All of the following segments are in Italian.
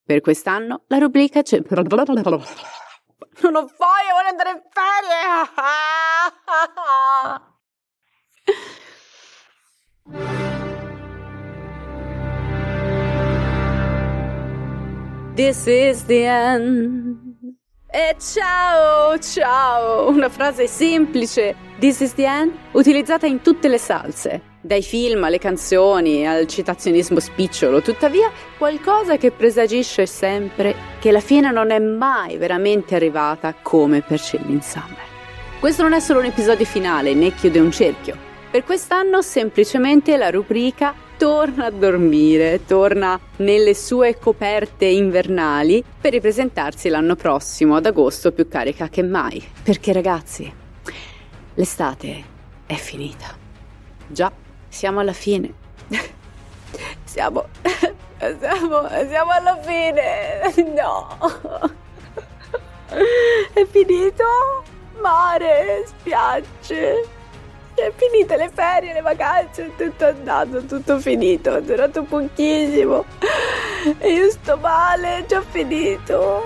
Per quest'anno la rubrica c'è... Non ho voglia, voglio andare in ferie. This is the end. E ciao, una frase semplice, this is the end, utilizzata in tutte le salse, dai film alle canzoni al citazionismo spicciolo, tuttavia qualcosa che presagisce sempre che la fine non è mai veramente arrivata come per Chilling Summer. Questo non è solo un episodio finale né chiude un cerchio, per quest'anno semplicemente la rubrica torna a dormire, torna nelle sue coperte invernali per ripresentarsi l'anno prossimo ad agosto più carica che mai. Perché ragazzi, l'estate è finita. Già, siamo alla fine. Siamo alla fine. No. È finito? Mare, spiagge. È finite le ferie, le vacanze, è tutto andato, tutto finito, è durato pochissimo e io sto male, è già finito.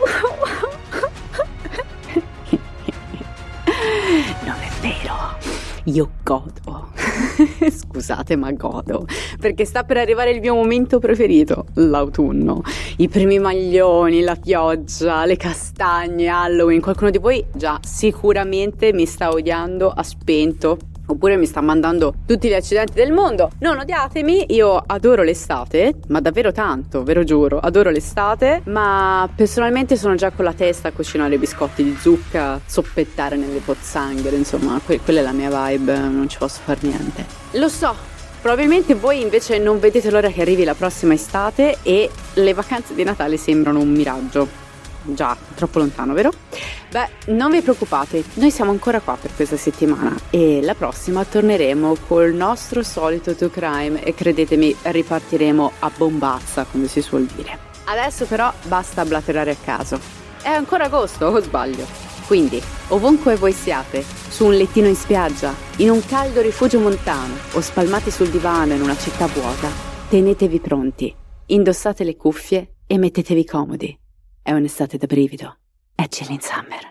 Non è vero, io godo. Scusate, ma godo, perché sta per arrivare il mio momento preferito, l'autunno. I primi maglioni, la pioggia, le castagne, Halloween. Qualcuno di voi già sicuramente mi sta odiando a spento, oppure mi sta mandando tutti gli accidenti del mondo. Non odiatemi, io adoro l'estate, ma davvero tanto, ve lo giuro, adoro l'estate, ma personalmente sono già con la testa a cucinare biscotti di zucca, soppettare nelle pozzanghere, insomma, quella è la mia vibe, non ci posso far niente. Lo so, probabilmente voi invece non vedete l'ora che arrivi la prossima estate e le vacanze di Natale sembrano un miraggio. Già, troppo lontano, vero? Beh, non vi preoccupate, noi siamo ancora qua per questa settimana e la prossima torneremo col nostro solito True Crime e credetemi, ripartiremo a bombazza, come si suol dire. Adesso però basta blatterare a caso. È ancora agosto, o sbaglio? Quindi, ovunque voi siate, su un lettino in spiaggia, in un caldo rifugio montano o spalmati sul divano in una città vuota, tenetevi pronti, indossate le cuffie e mettetevi comodi. È un'estate da brivido. È Chilling Summer.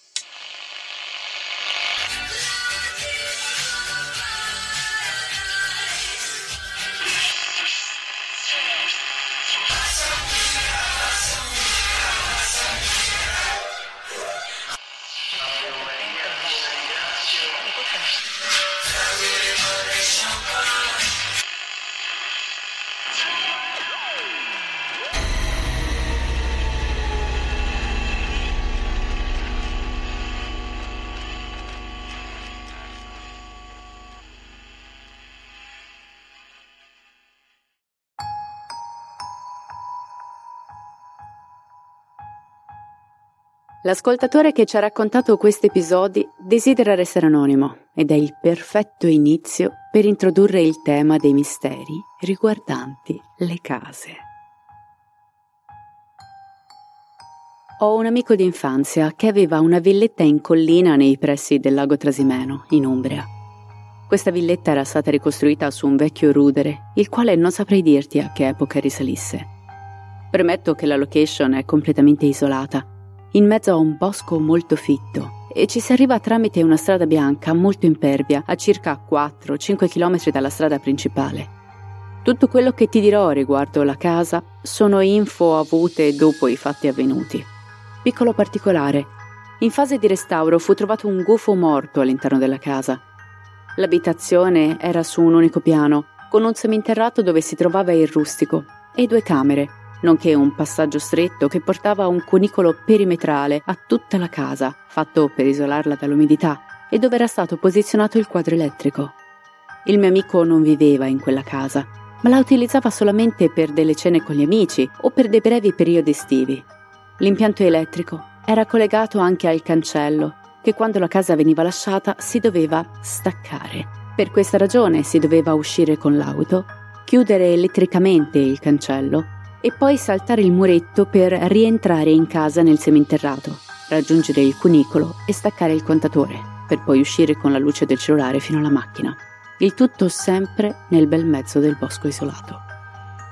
L'ascoltatore che ci ha raccontato questi episodi desidera restare anonimo ed è il perfetto inizio per introdurre il tema dei misteri riguardanti le case. Ho un amico d'infanzia che aveva una villetta in collina nei pressi del lago Trasimeno, in Umbria. Questa villetta era stata ricostruita su un vecchio rudere, il quale non saprei dirti a che epoca risalisse. Premetto che la location è completamente isolata, in mezzo a un bosco molto fitto, e ci si arriva tramite una strada bianca molto impervia a circa 4-5 km dalla strada principale. Tutto quello che ti dirò riguardo la casa sono info avute dopo i fatti avvenuti. Piccolo particolare: in fase di restauro fu trovato un gufo morto all'interno della casa. L'abitazione era su un unico piano, con un seminterrato dove si trovava il rustico e 2 camere, nonché un passaggio stretto che portava a un cunicolo perimetrale a tutta la casa, fatto per isolarla dall'umidità, e dove era stato posizionato il quadro elettrico. Il mio amico non viveva in quella casa, ma la utilizzava solamente per delle cene con gli amici o per dei brevi periodi estivi. L'impianto elettrico era collegato anche al cancello, che quando la casa veniva lasciata si doveva staccare. Per questa ragione si doveva uscire con l'auto, chiudere elettricamente il cancello e poi saltare il muretto per rientrare in casa nel seminterrato, raggiungere il cunicolo e staccare il contatore, per poi uscire con la luce del cellulare fino alla macchina. Il tutto sempre nel bel mezzo del bosco isolato.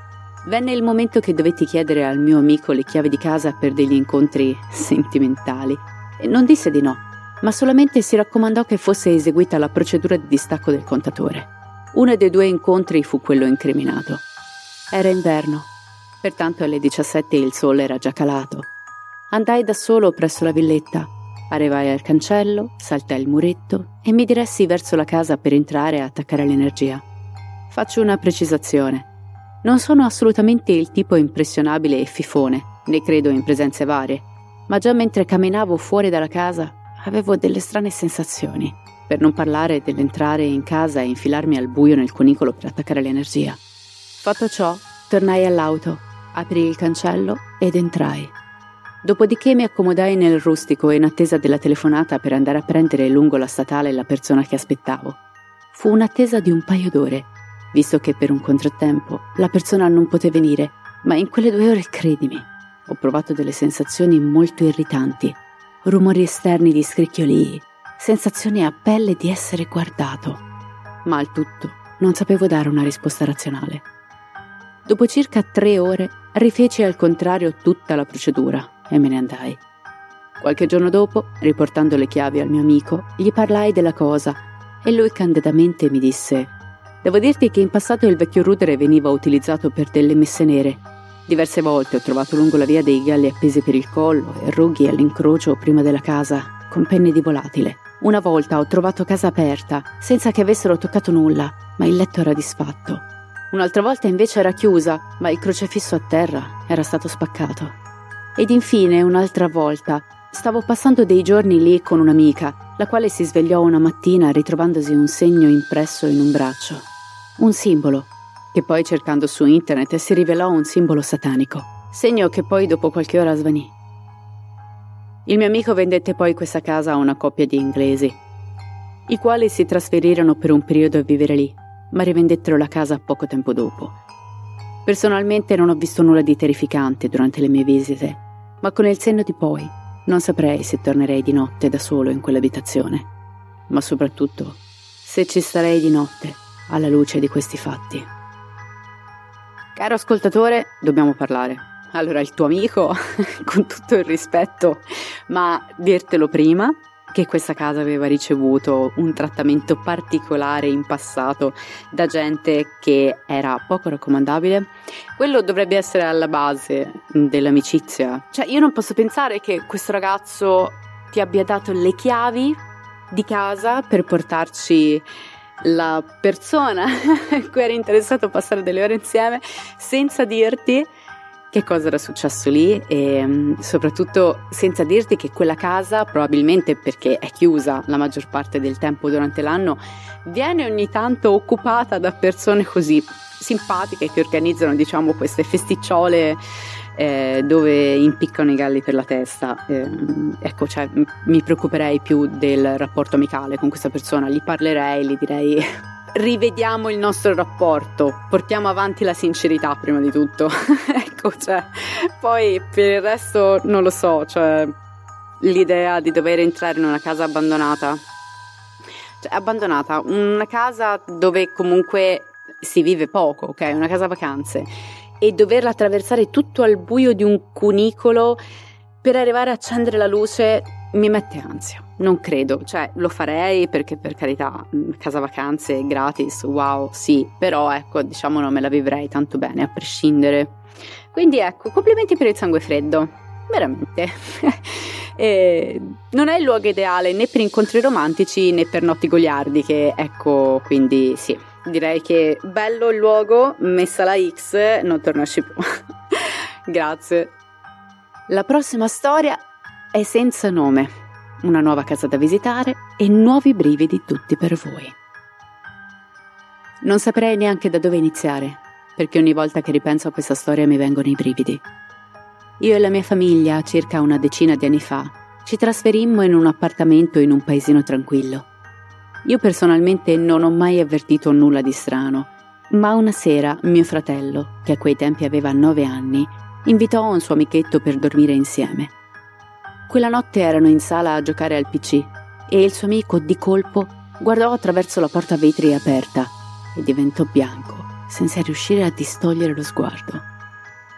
Venne il momento che dovetti chiedere al mio amico le chiavi di casa per degli incontri sentimentali e non disse di no, ma solamente si raccomandò che fosse eseguita la procedura di distacco del contatore. Uno dei 2 incontri fu quello incriminato. Era inverno, pertanto alle 17 il sole era già calato. Andai da solo presso la villetta, arrivai al cancello, saltai il muretto e mi diressi verso la casa per entrare e attaccare l'energia. Faccio una precisazione. Non sono assolutamente il tipo impressionabile e fifone, né credo in presenze varie, ma già mentre camminavo fuori dalla casa avevo delle strane sensazioni, per non parlare dell'entrare in casa e infilarmi al buio nel cunicolo per attaccare l'energia. Fatto ciò, tornai all'auto, aprii il cancello ed entrai. Dopodiché mi accomodai nel rustico in attesa della telefonata per andare a prendere lungo la statale la persona che aspettavo. Fu un'attesa di un paio d'ore, visto che per un contrattempo la persona non poté venire, ma in quelle 2 ore, credimi, ho provato delle sensazioni molto irritanti, rumori esterni di scricchiolii, sensazioni a pelle di essere guardato, ma al tutto non sapevo dare una risposta razionale. Dopo circa 3 ore rifeci al contrario tutta la procedura e me ne andai. Qualche giorno dopo, riportando le chiavi al mio amico, gli parlai della cosa e lui candidamente mi disse: «Devo dirti che in passato il vecchio rudere veniva utilizzato per delle messe nere. Diverse volte ho trovato lungo la via dei galli appesi per il collo e roghi all'incrocio prima della casa con penne di volatile. Una volta ho trovato casa aperta, senza che avessero toccato nulla, ma il letto era disfatto. Un'altra volta invece era chiusa, ma il crocefisso a terra era stato spaccato. Ed infine, un'altra volta, stavo passando dei giorni lì con un'amica, la quale si svegliò una mattina ritrovandosi un segno impresso in un braccio. Un simbolo, che poi cercando su internet si rivelò un simbolo satanico, segno che poi dopo qualche ora svanì. Il mio amico vendette poi questa casa a una coppia di inglesi, i quali si trasferirono per un periodo a vivere lì, ma rivendettero la casa poco tempo dopo. Personalmente non ho visto nulla di terrificante durante le mie visite, ma con il senno di poi non saprei se tornerei di notte da solo in quell'abitazione, ma soprattutto se ci starei di notte alla luce di questi fatti. Caro ascoltatore, dobbiamo parlare. Allora, il tuo amico, con tutto il rispetto, ma dirtelo prima, che questa casa aveva ricevuto un trattamento particolare in passato da gente che era poco raccomandabile, quello dovrebbe essere alla base dell'amicizia. Cioè, io non posso pensare che questo ragazzo ti abbia dato le chiavi di casa per portarci la persona a cui eri interessato a passare delle ore insieme, senza dirti che cosa era successo lì e soprattutto senza dirti che quella casa, probabilmente perché è chiusa la maggior parte del tempo durante l'anno, viene ogni tanto occupata da persone così simpatiche che organizzano, diciamo, queste festicciole dove impiccano i galli per la testa. Ecco, cioè, mi preoccuperei più del rapporto amicale con questa persona, gli parlerei, gli direi rivediamo il nostro rapporto, portiamo avanti la sincerità prima di tutto. Ecco, cioè, poi per il resto non lo so, cioè l'idea di dover entrare in una casa abbandonata, cioè abbandonata, una casa dove comunque si vive poco, ok, una casa vacanze, e doverla attraversare tutto al buio di un cunicolo per arrivare a accendere la luce mi mette ansia. Non credo, cioè lo farei perché, per carità, casa vacanze gratis, wow, sì, però ecco, diciamo, non me la vivrei tanto bene a prescindere. Quindi ecco, complimenti per il sangue freddo, veramente. Non è il luogo ideale né per incontri romantici né per notti goliardiche, ecco, quindi sì, direi che bello il luogo, messa la X, non tornasci più. Grazie. La prossima storia è senza nome, una nuova casa da visitare e nuovi brividi tutti per voi. Non saprei neanche da dove iniziare, perché ogni volta che ripenso a questa storia mi vengono i brividi. Io e la mia famiglia, circa una decina di anni fa, ci trasferimmo in un appartamento in un paesino tranquillo. Io personalmente non ho mai avvertito nulla di strano, ma una sera mio fratello, che a quei tempi aveva 9 anni, invitò un suo amichetto per dormire insieme. Quella notte erano in sala a giocare al PC e il suo amico di colpo guardò attraverso la porta vetri aperta e diventò bianco senza riuscire a distogliere lo sguardo.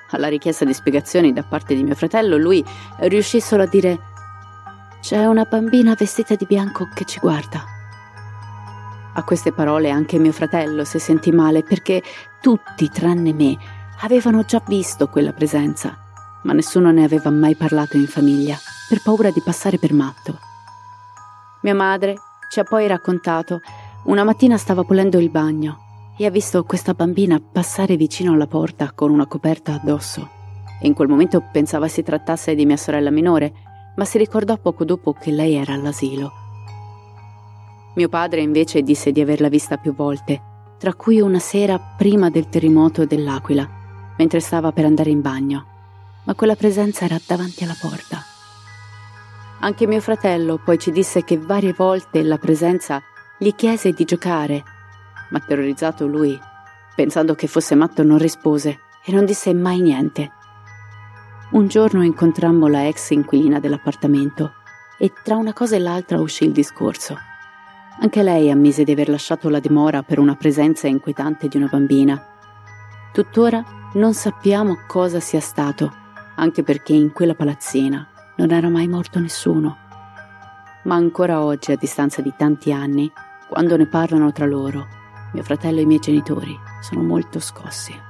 alla richiesta di spiegazioni da parte di mio fratello, lui riuscì solo a dire: «C'è una bambina vestita di bianco che ci guarda». A queste parole anche mio fratello si sentì male, perché tutti, tranne me, avevano già visto quella presenza, ma nessuno ne aveva mai parlato in famiglia, per paura di passare per matto. Mia madre ci ha poi raccontato: una mattina stava pulendo il bagno e ha visto questa bambina passare vicino alla porta con una coperta addosso. E in quel momento pensava si trattasse di mia sorella minore, ma si ricordò poco dopo che lei era all'asilo. Mio padre invece disse di averla vista più volte, tra cui una sera prima del terremoto dell'Aquila, mentre stava per andare in bagno, ma quella presenza era davanti alla porta. Anche mio fratello poi ci disse che varie volte la presenza gli chiese di giocare, ma terrorizzato lui, pensando che fosse matto, non rispose e non disse mai niente. Un giorno incontrammo la ex inquilina dell'appartamento e tra una cosa e l'altra uscì il discorso. Anche lei ammise di aver lasciato la dimora per una presenza inquietante di una bambina. Tuttora non sappiamo cosa sia stato, anche perché in quella palazzina non era mai morto nessuno. Ma ancora oggi, a distanza di tanti anni, quando ne parlano tra loro, mio fratello e i miei genitori sono molto scossi.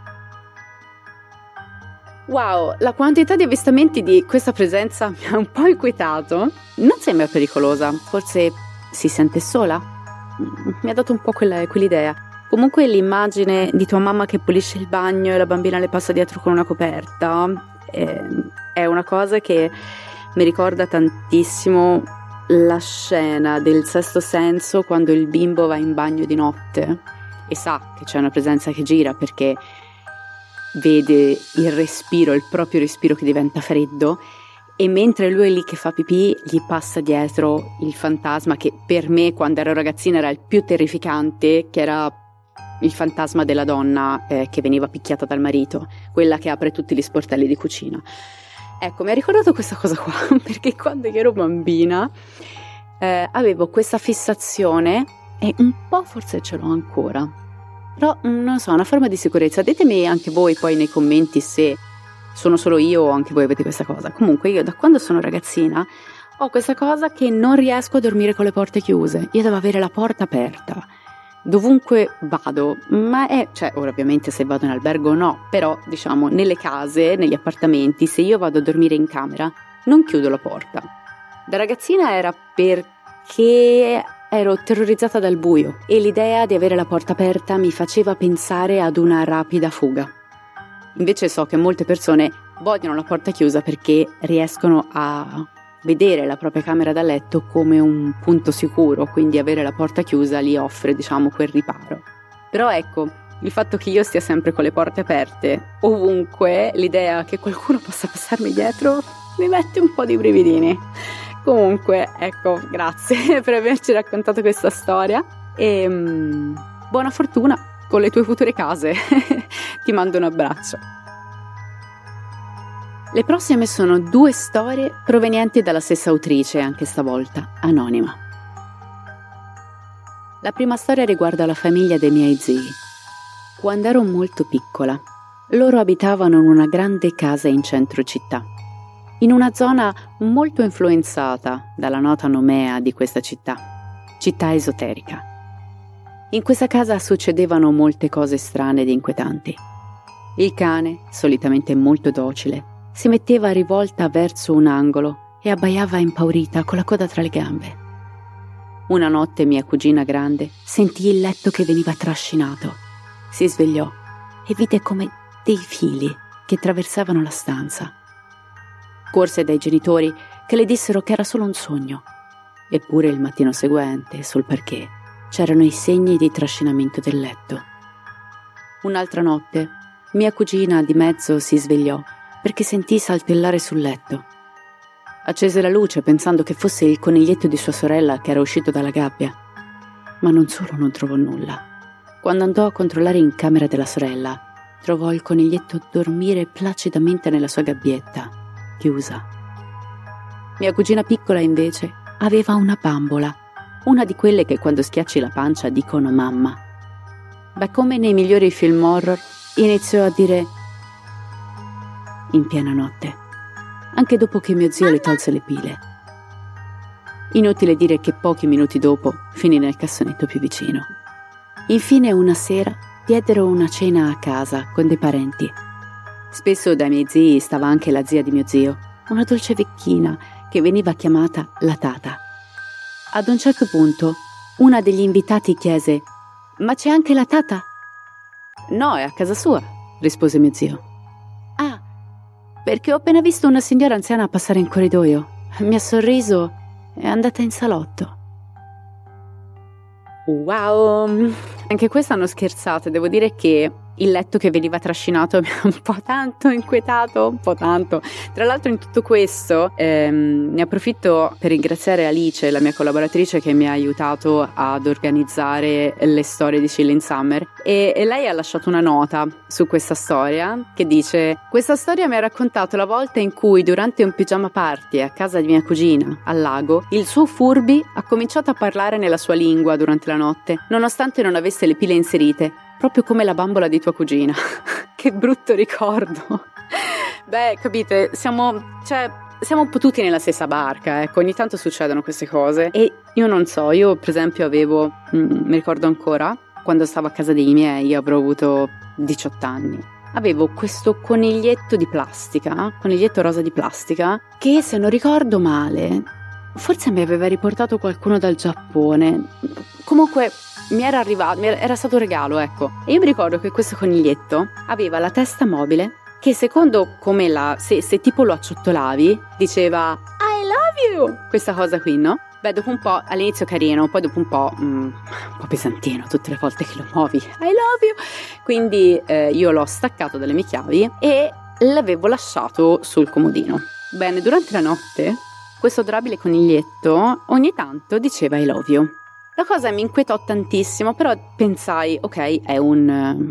Wow, la quantità di avvistamenti di questa presenza mi ha un po' inquietato. Non sembra pericolosa, forse si sente sola? Mi ha dato un po' quell'idea. Comunque l'immagine di tua mamma che pulisce il bagno e la bambina le passa dietro con una coperta è una cosa che mi ricorda tantissimo la scena del Sesto Senso, quando il bimbo va in bagno di notte e sa che c'è una presenza che gira perché vede il proprio respiro che diventa freddo, e mentre lui è lì che fa pipì gli passa dietro il fantasma che per me quando ero ragazzina era il più terrificante, che era il fantasma della donna che veniva picchiata dal marito, quella che apre tutti gli sportelli di cucina. Ecco, mi ha ricordato questa cosa qua perché quando io ero bambina avevo questa fissazione, e un po' forse ce l'ho ancora, però non so, una forma di sicurezza. Ditemi anche voi poi nei commenti se sono solo io o anche voi avete questa cosa. Comunque io da quando sono ragazzina ho questa cosa che non riesco a dormire con le porte chiuse. Io devo avere la porta aperta dovunque vado, ma ora ovviamente se vado in albergo no, però diciamo nelle case, negli appartamenti, se io vado a dormire in camera non chiudo la porta. Da ragazzina era perché ero terrorizzata dal buio e l'idea di avere la porta aperta mi faceva pensare ad una rapida fuga. Invece so che molte persone vogliono la porta chiusa perché riescono a vedere la propria camera da letto come un punto sicuro, quindi avere la porta chiusa gli offre, diciamo, quel riparo. Però ecco, il fatto che io stia sempre con le porte aperte ovunque, l'idea che qualcuno possa passarmi dietro mi mette un po' di brividini. Comunque, ecco, grazie per averci raccontato questa storia e buona fortuna con le tue future case. Ti mando un abbraccio. Le prossime sono 2 storie provenienti dalla stessa autrice, anche stavolta anonima. La prima storia riguarda la famiglia dei miei zii. Quando ero molto piccola, loro abitavano in una grande casa in centro città, in una zona molto influenzata dalla nota nomea di questa città esoterica. In questa casa succedevano molte cose strane ed inquietanti. Il cane, solitamente molto docile, si metteva rivolta verso un angolo e abbaiava impaurita con la coda tra le gambe. Una notte mia cugina grande sentì il letto che veniva trascinato. Si svegliò e vide come dei fili che attraversavano la stanza. Corse dai genitori che le dissero che era solo un sogno. Eppure il mattino seguente, sul parquet, c'erano i segni di trascinamento del letto. Un'altra notte, mia cugina di mezzo si svegliò perché sentì saltellare sul letto. Accese la luce pensando che fosse il coniglietto di sua sorella che era uscito dalla gabbia, ma non solo non trovò nulla. Quando andò a controllare in camera della sorella, trovò il coniglietto dormire placidamente nella sua gabbietta, chiusa. Mia cugina piccola invece aveva una bambola, una di quelle che quando schiacci la pancia dicono mamma. Come nei migliori film horror, iniziò a dire: in piena notte, anche dopo che mio zio le tolse le pile. Inutile dire che pochi minuti dopo finì nel cassonetto più vicino. Infine una sera diedero una cena a casa con dei parenti. Spesso dai miei zii stava anche la zia di mio zio, una dolce vecchina che veniva chiamata la tata. Ad un certo punto una degli invitati chiese: «Ma c'è anche la tata?» «No, è a casa sua», rispose mio zio. «Ah, perché ho appena visto una signora anziana passare in corridoio. Mi ha sorriso e è andata in salotto». Wow, anche questa hanno scherzato. Devo dire che il letto che veniva trascinato mi ha un po' tanto inquietato, un po' tanto. Tra l'altro in tutto questo ne approfitto per ringraziare Alice, la mia collaboratrice, che mi ha aiutato ad organizzare le storie di Chilling Summer, e lei ha lasciato una nota su questa storia che dice: «Questa storia mi ha raccontato la volta in cui durante un pigiama party a casa di mia cugina al lago il suo Furby ha cominciato a parlare nella sua lingua durante la notte, nonostante non avesse le pile inserite, proprio come la bambola di tua cugina». Che brutto ricordo. Beh, capite, siamo un po' tutti nella stessa barca, ecco, ogni tanto succedono queste cose. E io non so, io per esempio avevo, mi ricordo ancora, quando stavo a casa dei miei, io avrò avuto 18 anni, avevo questo coniglietto di plastica, coniglietto rosa di plastica, che se non ricordo male, forse mi aveva riportato qualcuno dal Giappone. Comunque mi era arrivato, era stato un regalo, ecco. E io mi ricordo che questo coniglietto aveva la testa mobile, che secondo come se tipo lo acciottolavi, diceva I love you, questa cosa qui, no? Beh, dopo un po', all'inizio carino, poi dopo un po' pesantino, tutte le volte che lo muovi, I love you. Quindi io l'ho staccato dalle mie chiavi e l'avevo lasciato sul comodino. Bene, durante la notte questo adorabile coniglietto ogni tanto diceva I love you. La cosa mi inquietò tantissimo, però pensai, ok, è un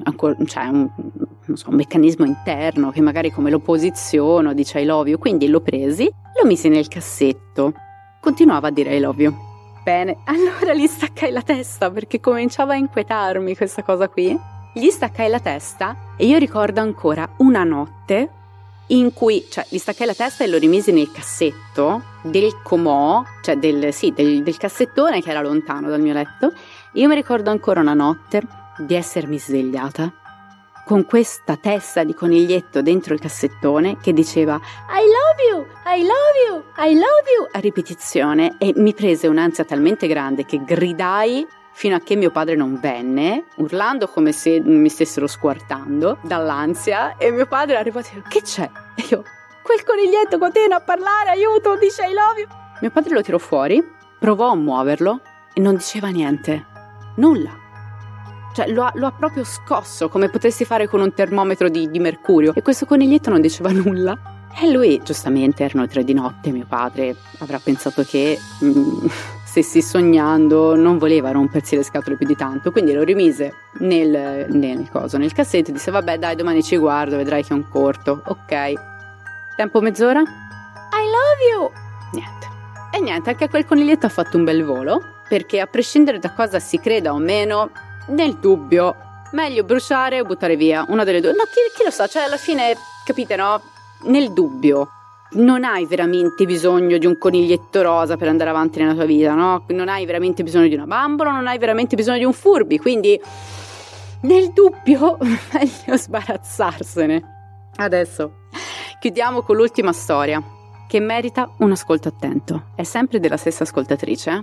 meccanismo interno che magari come lo posiziono dice I love you, quindi l'ho presi, lo misi nel cassetto, continuava a dire I love you. Bene, allora gli staccai la testa perché cominciava a inquietarmi questa cosa qui. Gli staccai la testa e io ricordo ancora una notte in cui, gli staccai la testa e lo rimisi nel cassetto del comò, del cassettone che era lontano dal mio letto. Io mi ricordo ancora una notte di essermi svegliata con questa testa di coniglietto dentro il cassettone che diceva I love you, I love you, I love you a ripetizione, e mi prese un'ansia talmente grande che gridai fino a che mio padre non venne, urlando come se mi stessero squartando dall'ansia, e mio padre è arrivato e dice: «Che c'è?» E io: «Quel coniglietto continua a parlare, aiuto, dice I love you». Mio padre lo tirò fuori, provò a muoverlo e non diceva niente, nulla. Lo ha proprio scosso, come potresti fare con un termometro di mercurio, e questo coniglietto non diceva nulla. E lui, giustamente, erano 3 di notte, mio padre avrà pensato che stessi sognando, non voleva rompersi le scatole più di tanto, quindi lo rimise nel cassetto e disse: «Vabbè, dai, domani ci guardo, vedrai che è un corto». Ok, tempo mezz'ora, I love you, niente. E niente, anche quel coniglietto ha fatto un bel volo, perché a prescindere da cosa si creda o meno, nel dubbio meglio bruciare o buttare via, una delle due. No, chi lo sa, alla fine, capite, no? Nel dubbio non hai veramente bisogno di un coniglietto rosa per andare avanti nella tua vita, no? Non hai veramente bisogno di una bambola, non hai veramente bisogno di un Furby, quindi nel dubbio meglio sbarazzarsene. Adesso chiudiamo con l'ultima storia, che merita un ascolto attento. È sempre della stessa ascoltatrice.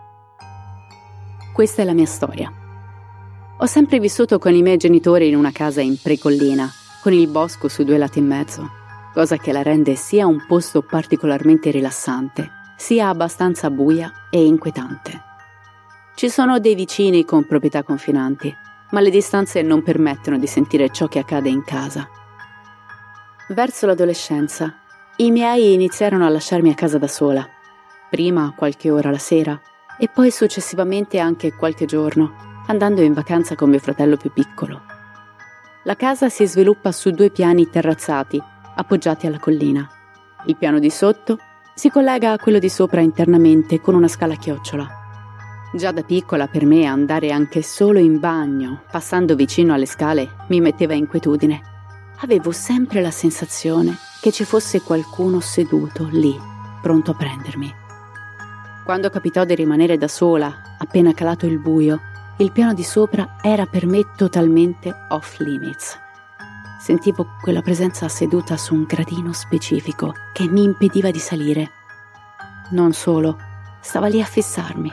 Questa è la mia storia. Ho sempre vissuto con i miei genitori in una casa in precollina, con il bosco su 2 lati e mezzo, cosa che la rende sia un posto particolarmente rilassante, sia abbastanza buia e inquietante. Ci sono dei vicini con proprietà confinanti, ma le distanze non permettono di sentire ciò che accade in casa. Verso l'adolescenza, i miei iniziarono a lasciarmi a casa da sola, prima qualche ora la sera e poi successivamente anche qualche giorno, andando in vacanza con mio fratello più piccolo. La casa si sviluppa su 2 piani terrazzati, appoggiati alla collina. Il piano di sotto si collega a quello di sopra internamente con una scala a chiocciola. Già da piccola per me andare anche solo in bagno, passando vicino alle scale, mi metteva inquietudine. Avevo sempre la sensazione che ci fosse qualcuno seduto lì, pronto a prendermi. Quando capitò di rimanere da sola, appena calato il buio, il piano di sopra era per me totalmente off limits. Sentivo quella presenza seduta su un gradino specifico che mi impediva di salire. Non solo, stava lì a fissarmi.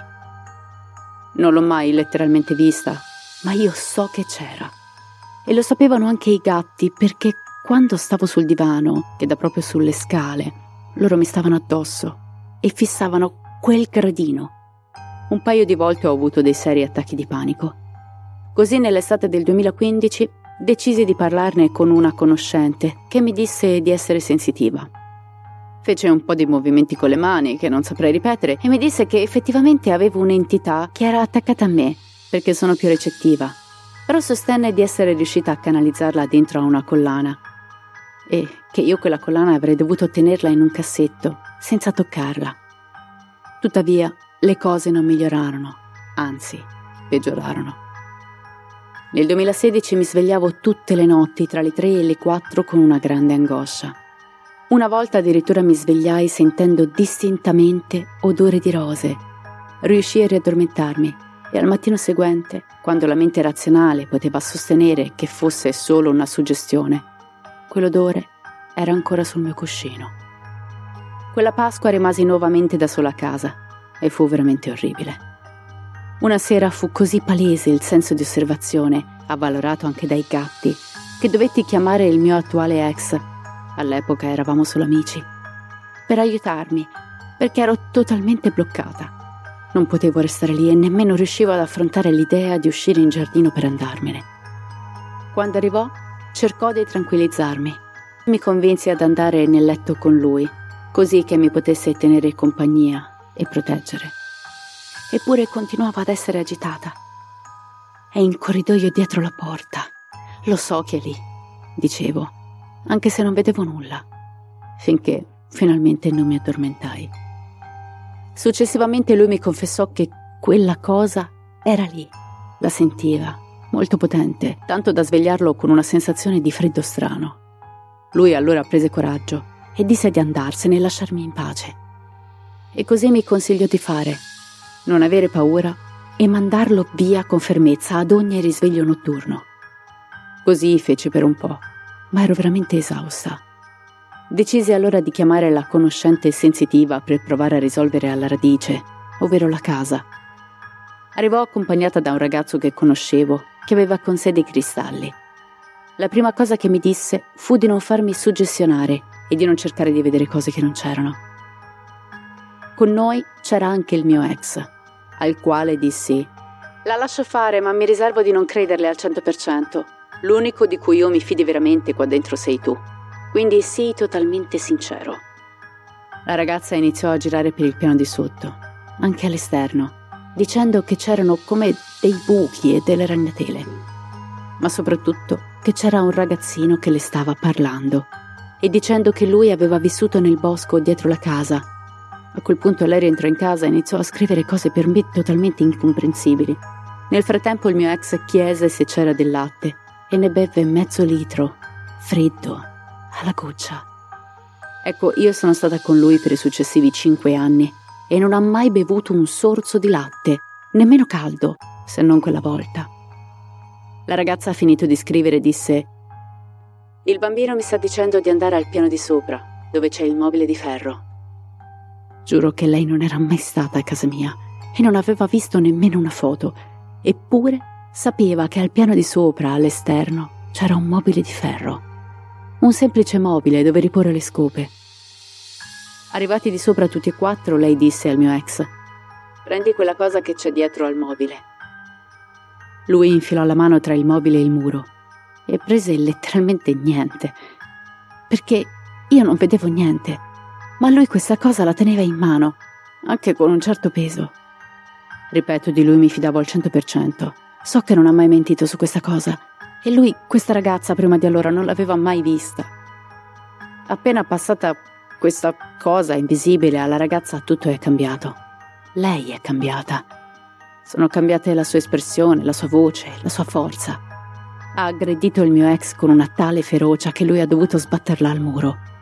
Non l'ho mai letteralmente vista, ma io so che c'era. E lo sapevano anche i gatti, perché quando stavo sul divano, che dà proprio sulle scale, loro mi stavano addosso e fissavano quel gradino. Un paio di volte ho avuto dei seri attacchi di panico. Così nell'estate del 2015 decisi di parlarne con una conoscente che mi disse di essere sensitiva. Fece un po' di movimenti con le mani che non saprei ripetere e mi disse che effettivamente avevo un'entità che era attaccata a me perché sono più recettiva, però sostenne di essere riuscita a canalizzarla dentro a una collana e che io quella collana avrei dovuto tenerla in un cassetto senza toccarla. Tuttavia le cose non migliorarono, anzi peggiorarono. Nel 2016 mi svegliavo tutte le notti tra le 3 e le 4 con una grande angoscia. Una volta addirittura mi svegliai sentendo distintamente odore di rose. Riuscii a riaddormentarmi e al mattino seguente, quando la mente razionale poteva sostenere che fosse solo una suggestione, quell'odore era ancora sul mio cuscino. Quella Pasqua rimasi nuovamente da sola a casa e fu veramente orribile. Una sera fu così palese il senso di osservazione, avvalorato anche dai gatti, che dovetti chiamare il mio attuale ex, all'epoca eravamo solo amici, per aiutarmi, perché ero totalmente bloccata. Non potevo restare lì e nemmeno riuscivo ad affrontare l'idea di uscire in giardino per andarmene. Quando arrivò, cercò di tranquillizzarmi. Mi convinse ad andare nel letto con lui, così che mi potesse tenere compagnia e proteggere. Eppure continuava ad essere agitata. È in corridoio dietro la porta. Lo so che è lì, dicevo, anche se non vedevo nulla, finché finalmente non mi addormentai. Successivamente lui mi confessò che quella cosa era lì. La sentiva, molto potente, tanto da svegliarlo con una sensazione di freddo strano. Lui allora prese coraggio e disse di andarsene e lasciarmi in pace. E così mi consigliò di fare: non avere paura e mandarlo via con fermezza ad ogni risveglio notturno. Così feci per un po', ma ero veramente esausta. Decisi allora di chiamare la conoscente sensitiva per provare a risolvere alla radice, ovvero la casa. Arrivò accompagnata da un ragazzo che conoscevo, che aveva con sé dei cristalli. La prima cosa che mi disse fu di non farmi suggestionare e di non cercare di vedere cose che non c'erano. Con noi c'era anche il mio ex, al quale dissi: la lascio fare, ma mi riservo di non crederle al 100%. L'unico di cui io mi fidi veramente qua dentro sei tu. Quindi sii totalmente sincero. La ragazza iniziò a girare per il piano di sotto, anche all'esterno, dicendo che c'erano come dei buchi e delle ragnatele, ma soprattutto che c'era un ragazzino che le stava parlando e dicendo che lui aveva vissuto nel bosco dietro la casa. A quel punto lei rientrò in casa e iniziò a scrivere cose per me totalmente incomprensibili. Nel frattempo il mio ex chiese se c'era del latte e ne bevve mezzo litro, freddo, alla goccia. Ecco, io sono stata con lui per i successivi 5 anni e non ha mai bevuto un sorso di latte, nemmeno caldo, se non quella volta. La ragazza ha finito di scrivere e disse: il bambino mi sta dicendo di andare al piano di sopra, dove c'è il mobile di ferro. Giuro che lei non era mai stata a casa mia e non aveva visto nemmeno una foto, eppure sapeva che al piano di sopra, all'esterno, c'era un mobile di ferro. Un semplice mobile dove riporre le scope. Arrivati di sopra tutti e 4, lei disse al mio ex: prendi quella cosa che c'è dietro al mobile. Lui infilò la mano tra il mobile e il muro e prese letteralmente niente, perché io non vedevo niente, ma lui questa cosa la teneva in mano, anche con un certo peso. Ripeto, di lui mi fidavo al 100%. So che non ha mai mentito su questa cosa. E lui, questa ragazza, prima di allora non l'aveva mai vista. Appena passata questa cosa invisibile alla ragazza, tutto è cambiato. Lei è cambiata. Sono cambiate la sua espressione, la sua voce, la sua forza. Ha aggredito il mio ex con una tale ferocia che lui ha dovuto sbatterla al muro.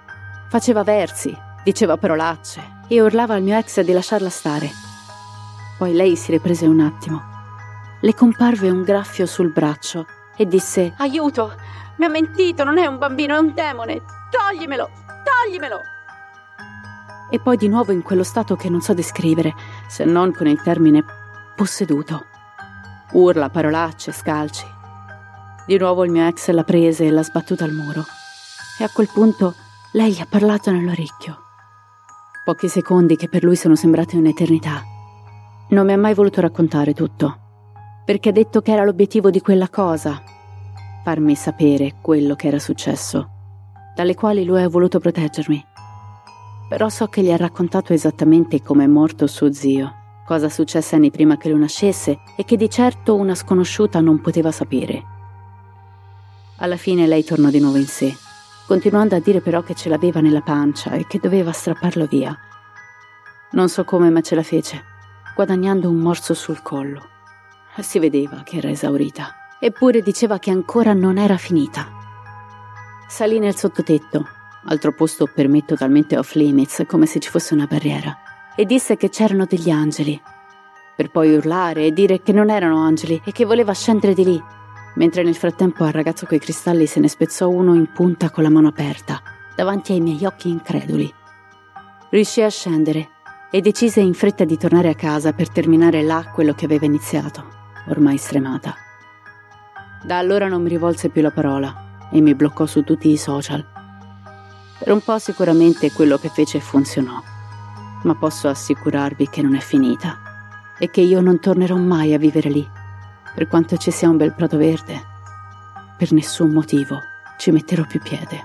Faceva versi, diceva parolacce e urlava al mio ex di lasciarla stare. Poi lei si riprese un attimo. Le comparve un graffio sul braccio e disse: «Aiuto! Mi ha mentito, non è un bambino, è un demone! Toglimelo! Toglimelo!» E poi di nuovo in quello stato che non so descrivere, se non con il termine posseduto. Urla, parolacce, scalci. Di nuovo il mio ex l'ha presa e l'ha sbattuta al muro. E a quel punto lei gli ha parlato nell'orecchio. Pochi secondi che per lui sono sembrati un'eternità. Non mi ha mai voluto raccontare tutto, perché ha detto che era l'obiettivo di quella cosa, farmi sapere quello che era successo, dalle quali lui ha voluto proteggermi. Però so che gli ha raccontato esattamente come è morto suo zio, cosa successe anni prima che lui nascesse e che di certo una sconosciuta non poteva sapere. Alla fine lei tornò di nuovo in sé, continuando a dire però che ce l'aveva nella pancia e che doveva strapparlo via. Non so come, ma ce la fece, guadagnando un morso sul collo. Si vedeva che era esaurita, eppure diceva che ancora non era finita. Salì nel sottotetto, altro posto per me totalmente off limits, come se ci fosse una barriera, e disse che c'erano degli angeli, per poi urlare e dire che non erano angeli e che voleva scendere di lì, mentre nel frattempo al ragazzo coi cristalli se ne spezzò uno in punta con la mano aperta, davanti ai miei occhi increduli. Riuscì a scendere e decise in fretta di tornare a casa per terminare là quello che aveva iniziato, ormai stremata. Da allora non mi rivolse più la parola e mi bloccò su tutti i social. Per un po' sicuramente quello che fece funzionò, ma posso assicurarvi che non è finita e che io non tornerò mai a vivere lì. Per quanto ci sia un bel prato verde, per nessun motivo ci metterò più piede.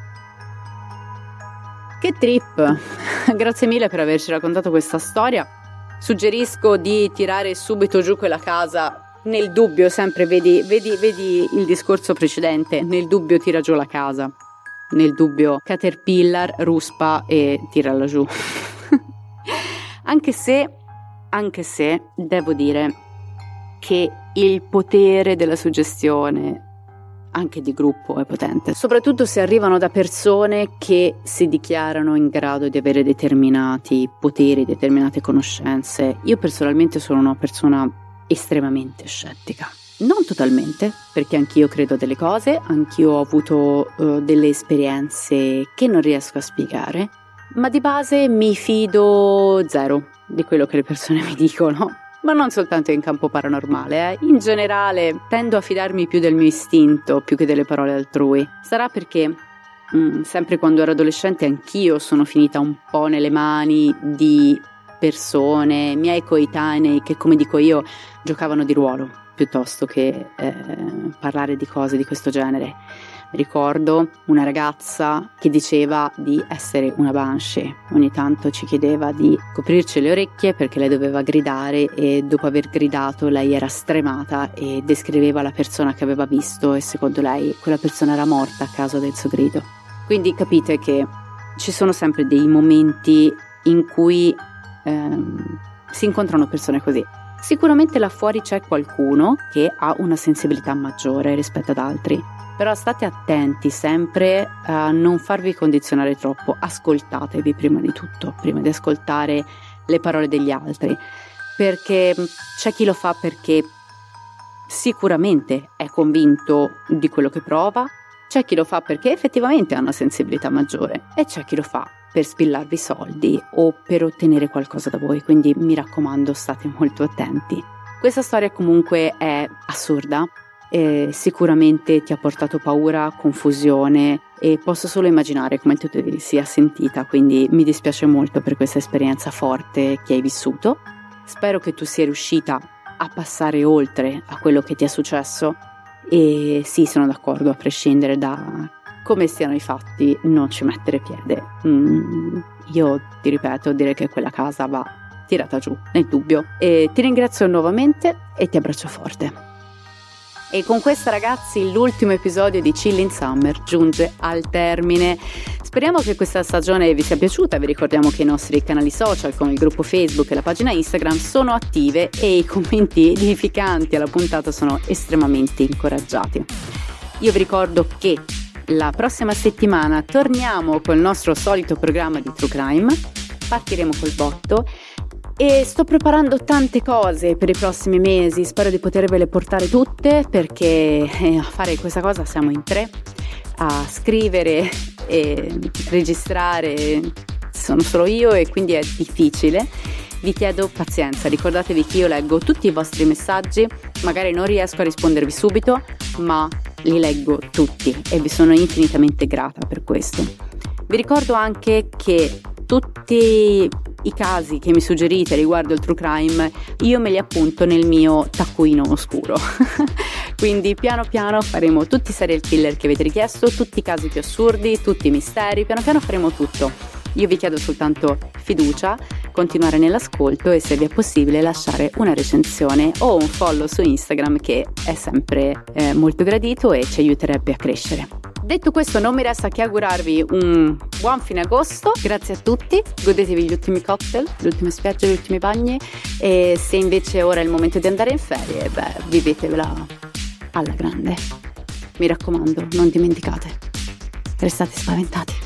Che trip! Grazie mille per averci raccontato questa storia. Suggerisco di tirare subito giù quella casa. Nel dubbio, sempre vedi il discorso precedente. Nel dubbio tira giù la casa. Nel dubbio Caterpillar, ruspa e tirala giù. Anche se devo dire che il potere della suggestione anche di gruppo è potente, soprattutto se arrivano da persone che si dichiarano in grado di avere determinati poteri, determinate conoscenze. Io personalmente sono una persona estremamente scettica, non totalmente, perché anch'io credo delle cose, anch'io ho avuto delle esperienze che non riesco a spiegare, ma di base mi fido zero di quello che le persone mi dicono. Ma non soltanto in campo paranormale, in generale tendo a fidarmi più del mio istinto più che delle parole altrui. Sarà perché sempre quando ero adolescente anch'io sono finita un po' nelle mani di persone, miei coetanei, che come dico io giocavano di ruolo piuttosto che parlare di cose di questo genere. Ricordo una ragazza che diceva di essere una banshee, ogni tanto ci chiedeva di coprirci le orecchie perché lei doveva gridare e dopo aver gridato lei era stremata e descriveva la persona che aveva visto e secondo lei quella persona era morta a causa del suo grido. Quindi capite che ci sono sempre dei momenti in cui si incontrano persone così. Sicuramente là fuori c'è qualcuno che ha una sensibilità maggiore rispetto ad altri. Però state attenti sempre a non farvi condizionare troppo, ascoltatevi prima di tutto, prima di ascoltare le parole degli altri, perché c'è chi lo fa perché sicuramente è convinto di quello che prova, c'è chi lo fa perché effettivamente ha una sensibilità maggiore e c'è chi lo fa per spillarvi soldi o per ottenere qualcosa da voi, quindi mi raccomando state molto attenti. Questa storia comunque è assurda. Sicuramente ti ha portato paura, confusione e posso solo immaginare come tu ti sia sentita, quindi mi dispiace molto per questa esperienza forte che hai vissuto. Spero che tu sia riuscita a passare oltre a quello che ti è successo e sì, sono d'accordo, a prescindere da come stiano i fatti, non ci mettere piede. Io ti ripeto, direi che quella casa va tirata giù, nel dubbio. E ti ringrazio nuovamente e ti abbraccio forte. E con questa, ragazzi, l'ultimo episodio di Chilling Summer giunge al termine. Speriamo che questa stagione vi sia piaciuta. Vi ricordiamo che i nostri canali social, come il gruppo Facebook e la pagina Instagram, sono attive e i commenti edificanti alla puntata sono estremamente incoraggiati. Io vi ricordo che la prossima settimana torniamo col nostro solito programma di True Crime. Partiremo col botto e sto preparando tante cose per i prossimi mesi, spero di potervele portare tutte, perché a fare questa cosa siamo in 3, a scrivere e registrare sono solo io e quindi è difficile. Vi chiedo pazienza, ricordatevi che io leggo tutti i vostri messaggi, magari non riesco a rispondervi subito, ma li leggo tutti e vi sono infinitamente grata per questo. Vi ricordo anche che tutti i casi che mi suggerite riguardo il true crime io me li appunto nel mio taccuino oscuro. Quindi piano piano faremo tutti i serial killer che avete richiesto, tutti i casi più assurdi, tutti i misteri, piano piano faremo tutto. Io vi chiedo soltanto fiducia, continuare nell'ascolto e, se vi è possibile, lasciare una recensione o un follow su Instagram, che è sempre molto gradito e ci aiuterebbe a crescere. Detto questo, non mi resta che augurarvi un buon fine agosto. Grazie a tutti, godetevi gli ultimi cocktail, le ultime spiagge, gli ultimi bagni, e se invece ora è il momento di andare in ferie, vivetevela alla grande. Mi raccomando, non dimenticate, restate spaventati.